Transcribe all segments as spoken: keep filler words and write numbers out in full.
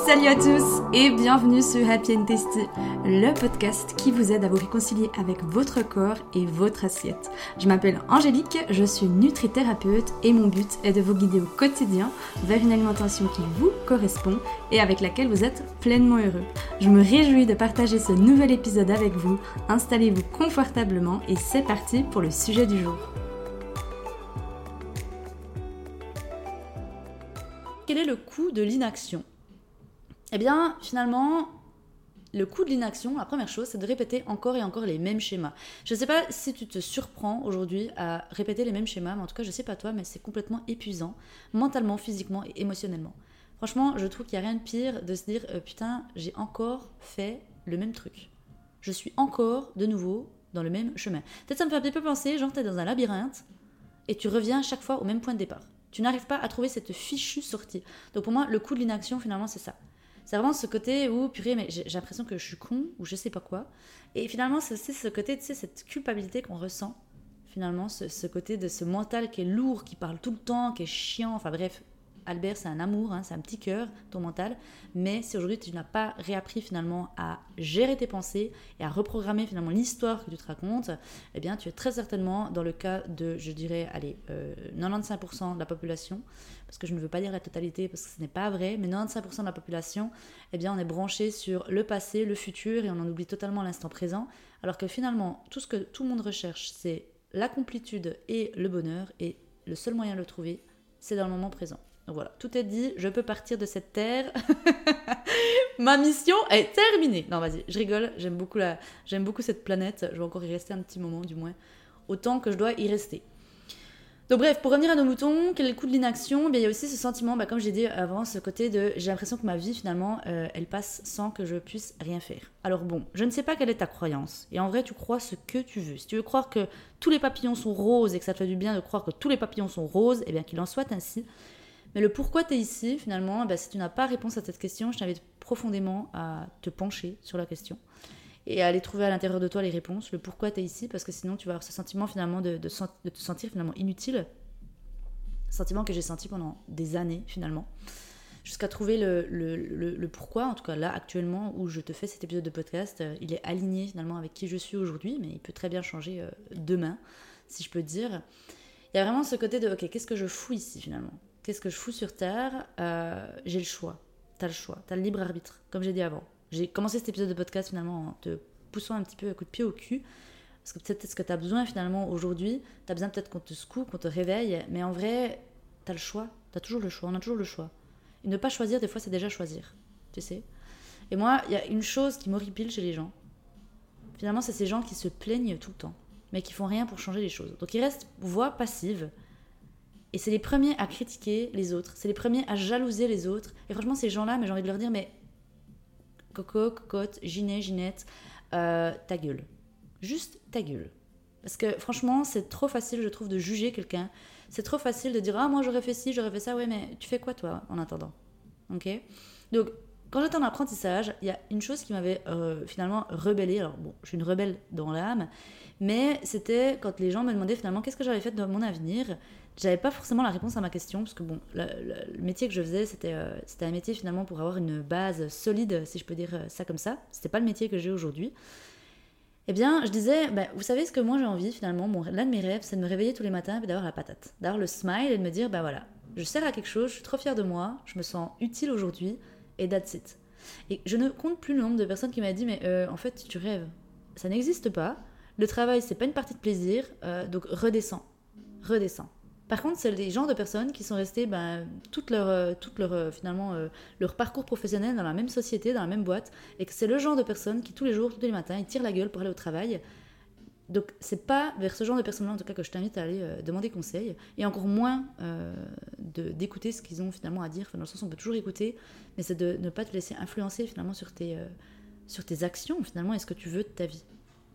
Salut à tous et bienvenue sur Happy and Tasty, le podcast qui vous aide à vous réconcilier avec votre corps et votre assiette. Je m'appelle Angélique, je suis nutrithérapeute et mon but est de vous guider au quotidien vers une alimentation qui vous correspond et avec laquelle vous êtes pleinement heureux. Je me réjouis de partager ce nouvel épisode avec vous, installez-vous confortablement et c'est parti pour le sujet du jour. Quel est le coût de l'inaction ? Eh bien, finalement, le coût de l'inaction, la première chose, c'est de répéter encore et encore les mêmes schémas. Je ne sais pas si tu te surprends aujourd'hui à répéter les mêmes schémas, mais en tout cas, je ne sais pas toi, mais c'est complètement épuisant, mentalement, physiquement et émotionnellement. Franchement, je trouve qu'il n'y a rien de pire de se dire euh, « Putain, j'ai encore fait le même truc. Je suis encore, de nouveau, dans le même chemin. » Peut-être ça me fait un petit peu penser, genre, tu es dans un labyrinthe et tu reviens chaque fois au même point de départ. Tu n'arrives pas à trouver cette fichue sortie. Donc pour moi, le coût de l'inaction, finalement, c'est ça. C'est vraiment ce côté où, purée, mais j'ai, j'ai l'impression que je suis con ou je sais pas quoi. Et finalement, c'est aussi ce côté, tu sais, cette culpabilité qu'on ressent. Finalement, ce, ce côté de ce mental qui est lourd, qui parle tout le temps, qui est chiant. Enfin bref, Albert, c'est un amour, hein, c'est un petit cœur, ton mental. Mais si aujourd'hui, tu n'as pas réappris finalement à gérer tes pensées et à reprogrammer finalement l'histoire que tu te racontes, eh bien, tu es très certainement dans le cas de, je dirais, allez, euh, quatre-vingt-quinze pour cent de la population, parce que je ne veux pas dire la totalité, parce que ce n'est pas vrai, mais quatre-vingt-quinze pour cent de la population, eh bien, on est branché sur le passé, le futur, et on en oublie totalement l'instant présent, alors que finalement, tout ce que tout le monde recherche, c'est la complétude et le bonheur, et le seul moyen de le trouver, c'est dans le moment présent. Donc voilà, tout est dit, je peux partir de cette terre. Ma mission est terminée. Non, vas-y, je rigole, j'aime beaucoup, la... j'aime beaucoup cette planète, je vais encore y rester un petit moment du moins, autant que je dois y rester. Donc bref, pour revenir à nos moutons, quel est le coût de l'inaction ? Bien, il y a aussi ce sentiment, bah, comme j'ai dit avant, ce côté de j'ai l'impression que ma vie finalement, euh, elle passe sans que je puisse rien faire. Alors bon, je ne sais pas quelle est ta croyance, et en vrai tu crois ce que tu veux. Si tu veux croire que tous les papillons sont roses et que ça te fait du bien de croire que tous les papillons sont roses, eh bien qu'il en soit ainsi. Mais le pourquoi tu es ici, finalement, bah, si tu n'as pas réponse à cette question, je t'invite profondément à te pencher sur la question et à aller trouver à l'intérieur de toi les réponses, le pourquoi tu es ici, parce que sinon tu vas avoir ce sentiment finalement de, de, de te sentir finalement inutile, sentiment que j'ai senti pendant des années finalement, jusqu'à trouver le, le, le, le pourquoi. En tout cas là actuellement où je te fais cet épisode de podcast, euh, il est aligné finalement avec qui je suis aujourd'hui, mais il peut très bien changer euh, demain, si je peux te dire. Il y a vraiment ce côté de ok, qu'est-ce que je fous ici finalement ? Qu'est-ce que je fous sur Terre ? euh, J'ai le choix. T'as le choix. T'as le libre arbitre, comme j'ai dit avant. J'ai commencé cet épisode de podcast finalement en te poussant un petit peu un coup de pied au cul. Parce que peut-être ce que t'as besoin finalement aujourd'hui, t'as besoin peut-être qu'on te secoue, qu'on te réveille. Mais en vrai, t'as le choix. T'as toujours le choix. On a toujours le choix. Et ne pas choisir, des fois, c'est déjà choisir. Tu sais ? Et moi, il y a une chose qui m'horripile chez les gens. Finalement, c'est ces gens qui se plaignent tout le temps, mais qui font rien pour changer les choses. Donc ils restent voix passive. Et c'est les premiers à critiquer les autres, c'est les premiers à jalouser les autres. Et franchement, ces gens-là, mais j'ai envie de leur dire, mais Coco, Cocotte, Ginet, Ginette, euh, ta gueule. Juste ta gueule. Parce que franchement, c'est trop facile, je trouve, de juger quelqu'un. C'est trop facile de dire, ah, moi j'aurais fait ci, j'aurais fait ça. Ouais, mais tu fais quoi, toi, en attendant ? Ok ? Donc, quand j'étais en apprentissage, il y a une chose qui m'avait euh, finalement rebellée. Alors bon, je suis une rebelle dans l'âme, mais c'était quand les gens me demandaient finalement qu'est-ce que j'avais fait de mon avenir. J'avais pas forcément la réponse à ma question, parce que bon, le, le, le métier que je faisais, c'était, euh, c'était un métier finalement pour avoir une base solide, si je peux dire ça comme ça. C'était pas le métier que j'ai aujourd'hui. Eh bien, je disais, bah, vous savez ce que moi j'ai envie finalement, mon, l'un de mes rêves, c'est de me réveiller tous les matins et d'avoir la patate, d'avoir le smile et de me dire, bah voilà, je sers à quelque chose, je suis trop fière de moi, je me sens utile aujourd'hui, et that's it. Et je ne compte plus le nombre de personnes qui m'ont dit, mais euh, en fait, tu rêves. Ça n'existe pas. Le travail, c'est pas une partie de plaisir, euh, donc redescends, redescends. Par contre, c'est les genres de personnes qui sont restées ben, toute leur, euh, toute leur, euh, finalement, euh, leur parcours professionnel dans la même société, dans la même boîte, et que c'est le genre de personnes qui tous les jours, tous les matins, ils tirent la gueule pour aller au travail. Donc, c'est pas vers ce genre de personnes-là, en tout cas, que je t'invite à aller euh, demander conseil, et encore moins euh, de, d'écouter ce qu'ils ont finalement à dire. Enfin, dans le sens où on peut toujours écouter, mais c'est de ne pas te laisser influencer finalement sur tes, euh, sur tes actions, finalement, et ce que tu veux de ta vie.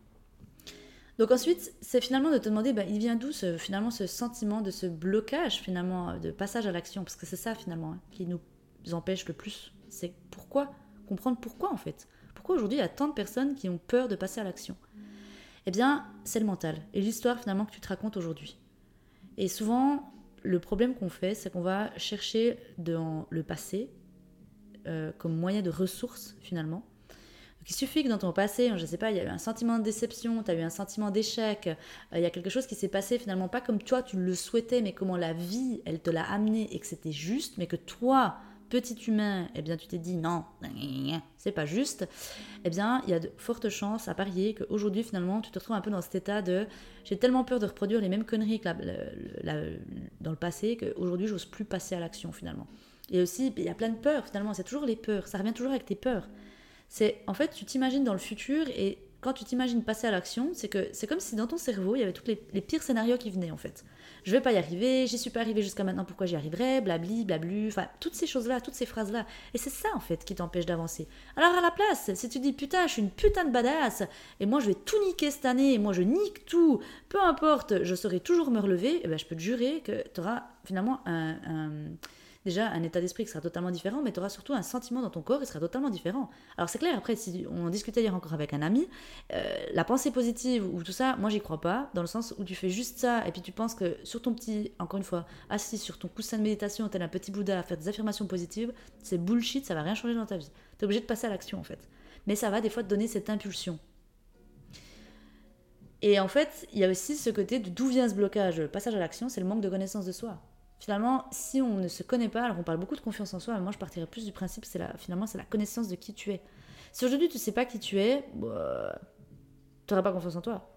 Donc ensuite, c'est finalement de te demander, bah, il vient d'où ce, finalement ce sentiment de ce blocage, finalement, de passage à l'action, parce que c'est ça, finalement, hein, qui nous empêche le plus. C'est pourquoi, comprendre pourquoi, en fait. Pourquoi aujourd'hui, il y a tant de personnes qui ont peur de passer à l'action ? Eh bien, c'est le mental, et l'histoire, finalement, que tu te racontes aujourd'hui. Et souvent, le problème qu'on fait, c'est qu'on va chercher dans le passé euh, comme moyen de ressource finalement. Donc, il suffit que dans ton passé, je ne sais pas, il y a eu un sentiment de déception, tu as eu un sentiment d'échec, euh, il y a quelque chose qui s'est passé finalement pas comme toi tu le souhaitais, mais comment la vie, elle te l'a amené et que c'était juste, mais que toi, petit humain, eh bien tu t'es dit non, c'est pas juste, eh bien il y a de fortes chances à parier qu'aujourd'hui finalement tu te retrouves un peu dans cet état de j'ai tellement peur de reproduire les mêmes conneries que la, la, la, dans le passé qu'aujourd'hui j'ose plus passer à l'action finalement. Et aussi, il y a plein de peurs finalement, c'est toujours les peurs, ça revient toujours avec tes peurs. C'est, en fait, tu t'imagines dans le futur et quand tu t'imagines passer à l'action, c'est que c'est comme si dans ton cerveau, il y avait tous les, les pires scénarios qui venaient en fait. Je vais pas y arriver, j'y suis pas arrivé jusqu'à maintenant, pourquoi j'y arriverais, blabli, blablu, enfin, toutes ces choses-là, toutes ces phrases-là. Et c'est ça en fait qui t'empêche d'avancer. Alors à la place, si tu dis putain, je suis une putain de badass et moi je vais tout niquer cette année, et moi je nique tout, peu importe, je saurai toujours me relever, et ben, je peux te jurer que tu auras finalement un. un déjà un état d'esprit qui sera totalement différent, mais tu auras surtout un sentiment dans ton corps qui sera totalement différent. Alors c'est clair, après, si on discutait hier encore avec un ami, euh, la pensée positive ou tout ça, moi j'y crois pas, dans le sens où tu fais juste ça, et puis tu penses que sur ton petit, encore une fois, assis sur ton coussin de méditation, tel un petit Bouddha, à faire des affirmations positives, c'est bullshit, ça va rien changer dans ta vie. Tu es obligé de passer à l'action en fait. Mais ça va des fois te donner cette impulsion. Et en fait, il y a aussi ce côté de d'où vient ce blocage, le passage à l'action, c'est le manque de connaissance de soi. Finalement, si on ne se connaît pas, alors on parle beaucoup de confiance en soi, mais moi je partirais plus du principe, c'est la, finalement c'est la connaissance de qui tu es. Si aujourd'hui tu ne sais pas qui tu es, bah, tu n'auras pas confiance en toi.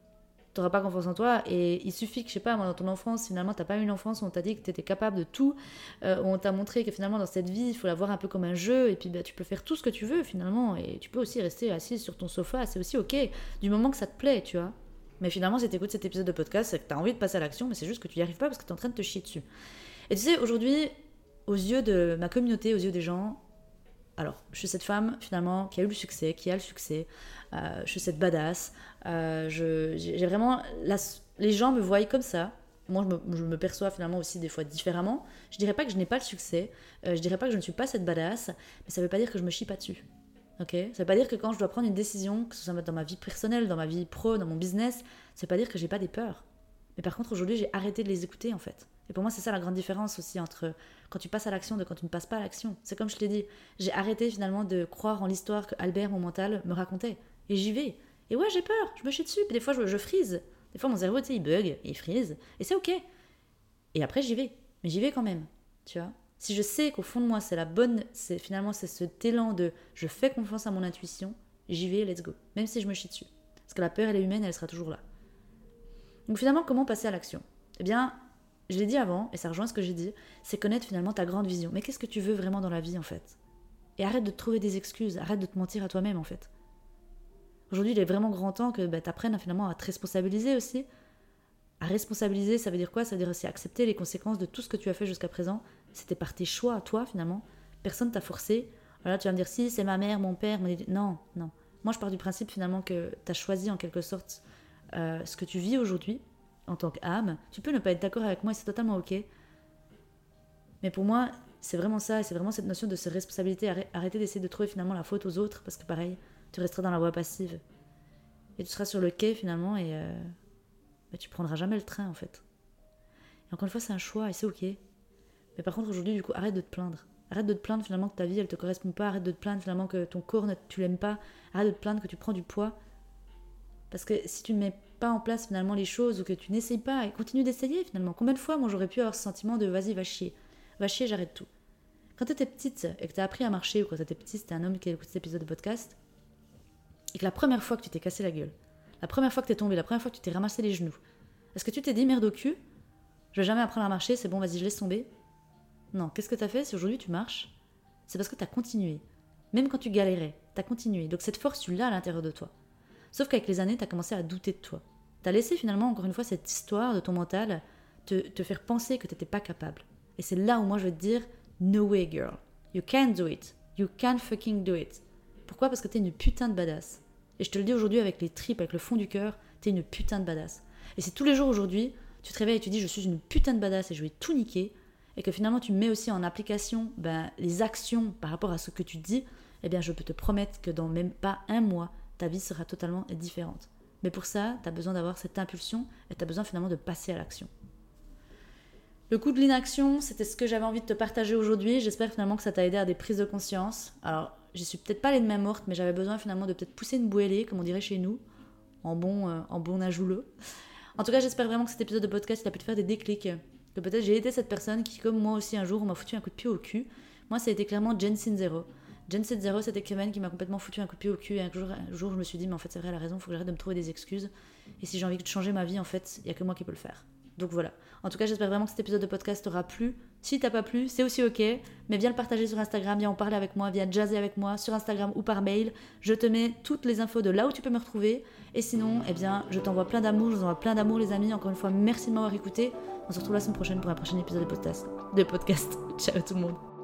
Tu n'auras pas confiance en toi et il suffit que, je sais pas, moi, dans ton enfance, finalement tu n'as pas eu une enfance où on t'a dit que tu étais capable de tout, euh, où on t'a montré que finalement dans cette vie, il faut la voir un peu comme un jeu et puis bah, tu peux faire tout ce que tu veux finalement et tu peux aussi rester assis sur ton sofa, c'est aussi ok, du moment que ça te plaît, tu vois. Mais finalement, si tu écoutes cet épisode de podcast, c'est que tu as envie de passer à l'action, mais c'est juste que tu n'y arrives pas parce que tu es en train de te chier dessus. Et tu sais, aujourd'hui, aux yeux de ma communauté, aux yeux des gens, alors, je suis cette femme, finalement, qui a eu le succès, qui a le succès, euh, je suis cette badass, euh, je, j'ai, j'ai vraiment... La, les gens me voient comme ça, moi je me, je me perçois finalement aussi des fois différemment. Je dirais pas que je n'ai pas le succès, euh, je dirais pas que je ne suis pas cette badass, mais ça veut pas dire que je me chie pas dessus. Okay, ça veut pas dire que quand je dois prendre une décision, que ce soit dans ma vie personnelle, dans ma vie pro, dans mon business, ça veut pas dire que j'ai pas des peurs. Mais par contre, aujourd'hui, j'ai arrêté de les écouter, en fait. Et pour moi, c'est ça la grande différence aussi entre quand tu passes à l'action et quand tu ne passes pas à l'action. C'est comme je te l'ai dit, j'ai arrêté finalement de croire en l'histoire que Albert, mon mental, me racontait. Et j'y vais. Et ouais, j'ai peur, je me chie dessus, puis des fois, je, je frise. Des fois, mon cerveau, tu sais, il bug, et il frise. Et c'est ok. Et après, j'y vais. Mais j'y vais quand même, tu vois. Si je sais qu'au fond de moi, c'est la bonne, c'est finalement c'est cet élan de je fais confiance à mon intuition, j'y vais, let's go. Même si je me chie dessus. Parce que la peur, elle est humaine, elle sera toujours là. Donc finalement, comment passer à l'action ? Eh bien, je l'ai dit avant, et ça rejoint ce que j'ai dit, c'est connaître finalement ta grande vision. Mais qu'est-ce que tu veux vraiment dans la vie, en fait ? Et arrête de te trouver des excuses, arrête de te mentir à toi-même, en fait. Aujourd'hui, il est vraiment grand temps que bah, tu apprennes finalement à te responsabiliser aussi. À responsabiliser, ça veut dire quoi ? Ça veut dire aussi accepter les conséquences de tout ce que tu as fait jusqu'à présent. C'était par tes choix, toi, finalement. Personne t'a forcé. Voilà, tu vas me dire, si, c'est ma mère, mon père, mon... Non, non. Moi, je pars du principe, finalement, que tu as choisi, en quelque sorte, euh, ce que tu vis aujourd'hui, en tant qu'âme. Tu peux ne pas être d'accord avec moi, et c'est totalement ok. Mais pour moi, c'est vraiment ça, et c'est vraiment cette notion de se responsabilité. Arrêter d'essayer de trouver, finalement, la faute aux autres, parce que, pareil, tu resteras dans la voie passive. Et tu seras sur le quai, finalement, et... Euh... Bah, tu prendras jamais le train, en fait. Et encore une fois, c'est un choix, et c'est ok. Mais par contre, aujourd'hui, du coup, arrête de te plaindre. Arrête de te plaindre finalement que ta vie, elle te correspond pas. Arrête de te plaindre finalement que ton corps, tu l'aimes pas. Arrête de te plaindre que tu prends du poids. Parce que si tu ne mets pas en place finalement les choses ou que tu n'essayes pas et continue d'essayer finalement. Combien de fois, moi, j'aurais pu avoir ce sentiment de vas-y, va chier. Va chier, j'arrête tout. Quand t'étais petite et que t'as appris à marcher ou quand t'étais petite, c'était un homme qui a écouté cet épisode de podcast et que la première fois que tu t'es cassé la gueule, la première fois que t'es tombé, la première fois que tu t'es ramassé les genoux, est-ce que tu t'es dit merde au cul, je vais jamais apprendre à marcher, c'est bon, vas-y, je laisse tomber? Non, qu'est-ce que t'as fait si aujourd'hui tu marches? C'est parce que t'as continué. Même quand tu galérais, t'as continué. Donc cette force, tu l'as à l'intérieur de toi. Sauf qu'avec les années, t'as commencé à douter de toi. T'as laissé finalement, encore une fois, cette histoire de ton mental te, te faire penser que t'étais pas capable. Et c'est là où moi je vais te dire, no way girl. You can't do it. You can't fucking do it. Pourquoi ? Parce que t'es une putain de badass. Et je te le dis aujourd'hui avec les tripes, avec le fond du cœur, t'es une putain de badass. Et c'est tous les jours aujourd'hui, tu te réveilles et tu dis je suis une putain de badass et je vais tout niquer, et que finalement tu mets aussi en application ben, les actions par rapport à ce que tu dis, eh bien je peux te promettre que dans même pas un mois, ta vie sera totalement différente. Mais pour ça, tu as besoin d'avoir cette impulsion et tu as besoin finalement de passer à l'action. Le coup de l'inaction, c'était ce que j'avais envie de te partager aujourd'hui. J'espère finalement que ça t'a aidé à des prises de conscience. Alors, j'y suis peut-être pas allée de main morte, mais j'avais besoin finalement de peut-être pousser une bouellée, comme on dirait chez nous, en bon, euh, en bon ajouleux. En tout cas, j'espère vraiment que cet épisode de podcast il a pu te faire des déclics. Que peut-être j'ai été cette personne qui, comme moi aussi un jour, m'a foutu un coup de pied au cul. Moi, ça a été clairement Jensen Zero. Jensen Zero, c'était Kevin qui m'a complètement foutu un coup de pied au cul. Et un jour, un jour je me suis dit, mais en fait, c'est vrai, elle a raison, il faut que j'arrête de me trouver des excuses. Et si j'ai envie de changer ma vie, en fait, il n'y a que moi qui peux le faire. Donc voilà. En tout cas, j'espère vraiment que cet épisode de podcast t'aura plu. Si t'as pas plu, c'est aussi ok. Mais viens le partager sur Instagram, viens en parler avec moi, viens jazzer avec moi sur Instagram ou par mail. Je te mets toutes les infos de là où tu peux me retrouver. Et sinon, eh bien, je t'envoie plein d'amour, je vous envoie plein d'amour les amis. Encore une fois, merci de m'avoir écouté. On se retrouve la semaine prochaine pour un prochain épisode de podcast. De podcast. Ciao tout le monde.